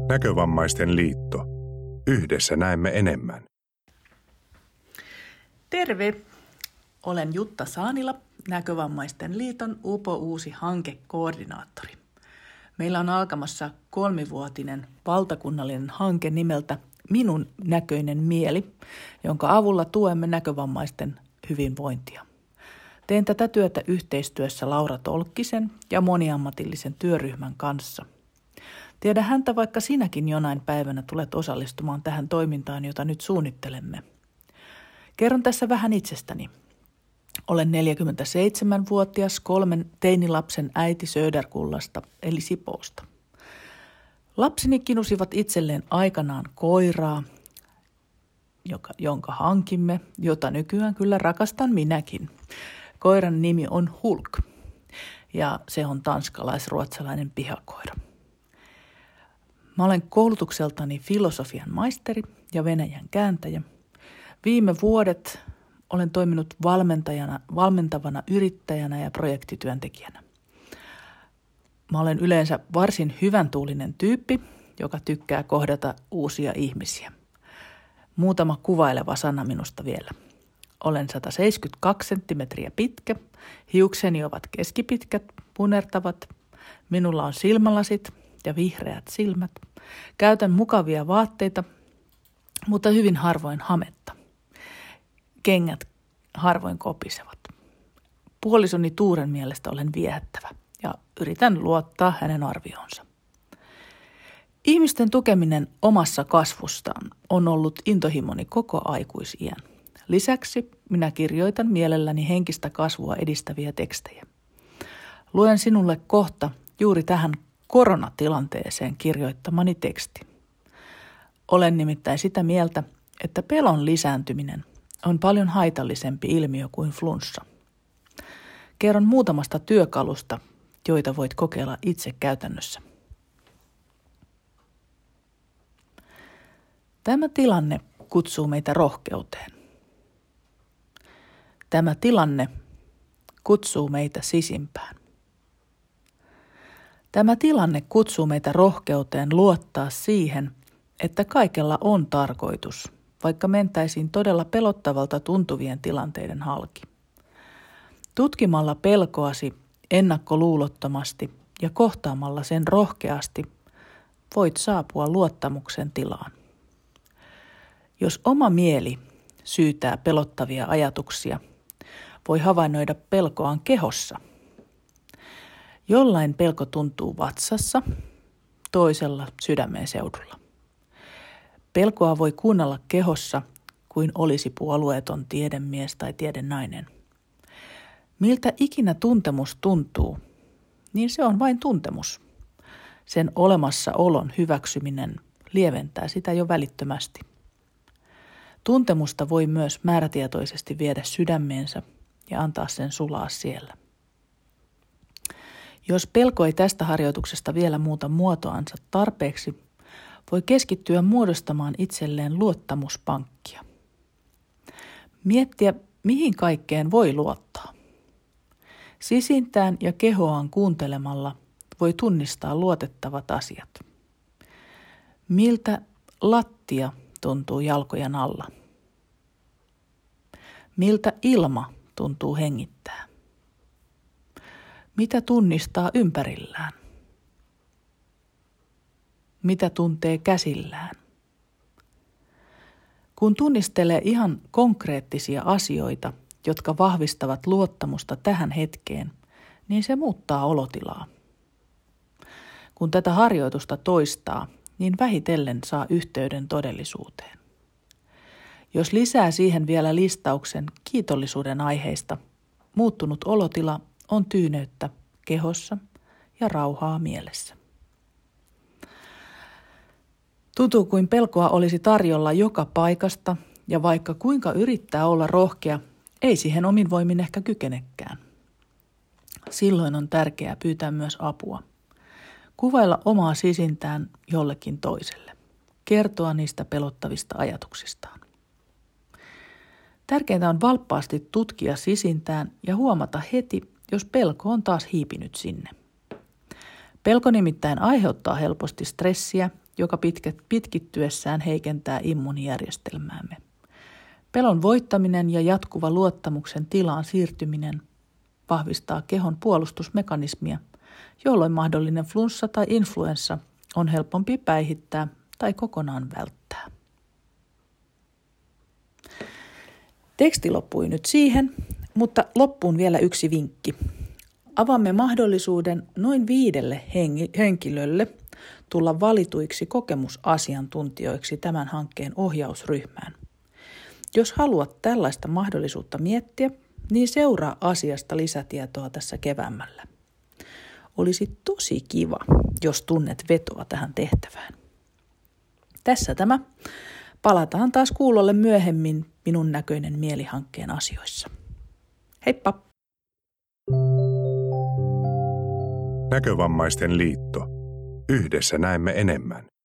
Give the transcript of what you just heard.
Näkövammaisten liitto. Yhdessä näemme enemmän. Terve! Olen Jutta Saanila, Näkövammaisten liiton uusi hankekoordinaattori. Meillä on alkamassa 3-vuotinen valtakunnallinen hanke nimeltä Minun näköinen mieli, jonka avulla tuemme näkövammaisten hyvinvointia. Teen tätä työtä yhteistyössä Laura Tolkkisen ja moniammatillisen työryhmän kanssa. Tiedä häntä, vaikka sinäkin jonain päivänä tulet osallistumaan tähän toimintaan, jota nyt suunnittelemme. Kerron tässä vähän itsestäni. Olen 47-vuotias 3 teinilapsen äiti Söderkullasta eli Sipoosta. Lapseni kinusivat itselleen aikanaan koiraa, jonka hankimme, jota nykyään kyllä rakastan minäkin. Koiran nimi on Hulk ja se on tanskalais-ruotsalainen pihakoira. Mä olen koulutukseltani filosofian maisteri ja venäjän kääntäjä. Viime vuodet olen toiminut valmentavana yrittäjänä ja projektityöntekijänä. Mä olen yleensä varsin hyvän tuulinen tyyppi, joka tykkää kohdata uusia ihmisiä. Muutama kuvaileva sana minusta vielä. Olen 172 senttimetriä pitkä, hiukseni ovat keskipitkät, punertavat, minulla on silmälasit ja vihreät silmät. Käytän mukavia vaatteita, mutta hyvin harvoin hametta. Kengät harvoin kopisevat. Puolisoni Tuuren mielestä olen viehättävä ja yritän luottaa hänen arvioonsa. Ihmisten tukeminen omassa kasvustaan on ollut intohimoni koko aikuisiän. Lisäksi minä kirjoitan mielelläni henkistä kasvua edistäviä tekstejä. Luen sinulle kohta juuri tähän koronatilanteeseen kirjoittamani teksti. Olen nimittäin sitä mieltä, että pelon lisääntyminen on paljon haitallisempi ilmiö kuin flunssa. Kerron muutamasta työkalusta, joita voit kokeilla itse käytännössä. Tämä tilanne kutsuu meitä rohkeuteen. Tämä tilanne kutsuu meitä sisimpään. Tämä tilanne kutsuu meitä rohkeuteen luottaa siihen, että kaikella on tarkoitus, vaikka mentäisiin todella pelottavalta tuntuvien tilanteiden halki. Tutkimalla pelkoasi ennakkoluulottomasti ja kohtaamalla sen rohkeasti, voit saapua luottamuksen tilaan. Jos oma mieli syytää pelottavia ajatuksia, voi havainnoida pelkoaan kehossa. Jollain pelko tuntuu vatsassa, toisella sydämen seudulla. Pelkoa voi kuunnella kehossa kuin olisi puolueeton tiedemies tai tiedenainen. Miltä ikinä tuntemus tuntuu, niin se on vain tuntemus. Sen olemassaolon hyväksyminen lieventää sitä jo välittömästi. Tuntemusta voi myös määrätietoisesti viedä sydämeensä ja antaa sen sulaa siellä. Jos pelko ei tästä harjoituksesta vielä muuta muotoansa tarpeeksi, voi keskittyä muodostamaan itselleen luottamuspankkia. Miettiä, mihin kaikkeen voi luottaa. Sisintään ja kehoaan kuuntelemalla voi tunnistaa luotettavat asiat. Miltä lattia tuntuu jalkojen alla? Miltä ilma tuntuu hengittää? Mitä tunnistaa ympärillään? Mitä tuntee käsillään? Kun tunnistelee ihan konkreettisia asioita, jotka vahvistavat luottamusta tähän hetkeen, niin se muuttaa olotilaa. Kun tätä harjoitusta toistaa, niin vähitellen saa yhteyden todellisuuteen. Jos lisää siihen vielä listauksen kiitollisuuden aiheista, muuttunut olotila on tyyneyttä kehossa ja rauhaa mielessä. Tuntuu kuin pelkoa olisi tarjolla joka paikasta ja vaikka kuinka yrittää olla rohkea, ei siihen omin voimin ehkä kykenekään. Silloin on tärkeää pyytää myös apua. Kuvailla omaa sisintään jollekin toiselle. Kertoa niistä pelottavista ajatuksistaan. Tärkeintä on valppaasti tutkia sisintään ja huomata heti, jos pelko on taas hiipinyt sinne. Pelko nimittäin aiheuttaa helposti stressiä joka pitkittyessään heikentää immuunijärjestelmäämme. Pelon voittaminen ja jatkuva luottamuksen tilaan siirtyminen vahvistaa kehon puolustusmekanismia, jolloin mahdollinen flunssa tai influenssa on helpompi päihittää tai kokonaan välttää. Teksti loppui nyt siihen, mutta loppuun vielä yksi vinkki. Avaamme mahdollisuuden noin 5 henkilölle tulla valituiksi kokemusasiantuntijoiksi tämän hankkeen ohjausryhmään. Jos haluat tällaista mahdollisuutta miettiä, niin seuraa asiasta lisätietoa tässä keväämällä. Olisi tosi kiva, jos tunnet vetoa tähän tehtävään. Tässä tämä. Palataan taas kuulolle myöhemmin Minun näköinen mieli-hankkeen asioissa. Heippa! Näkövammaisten liitto. Yhdessä näemme enemmän.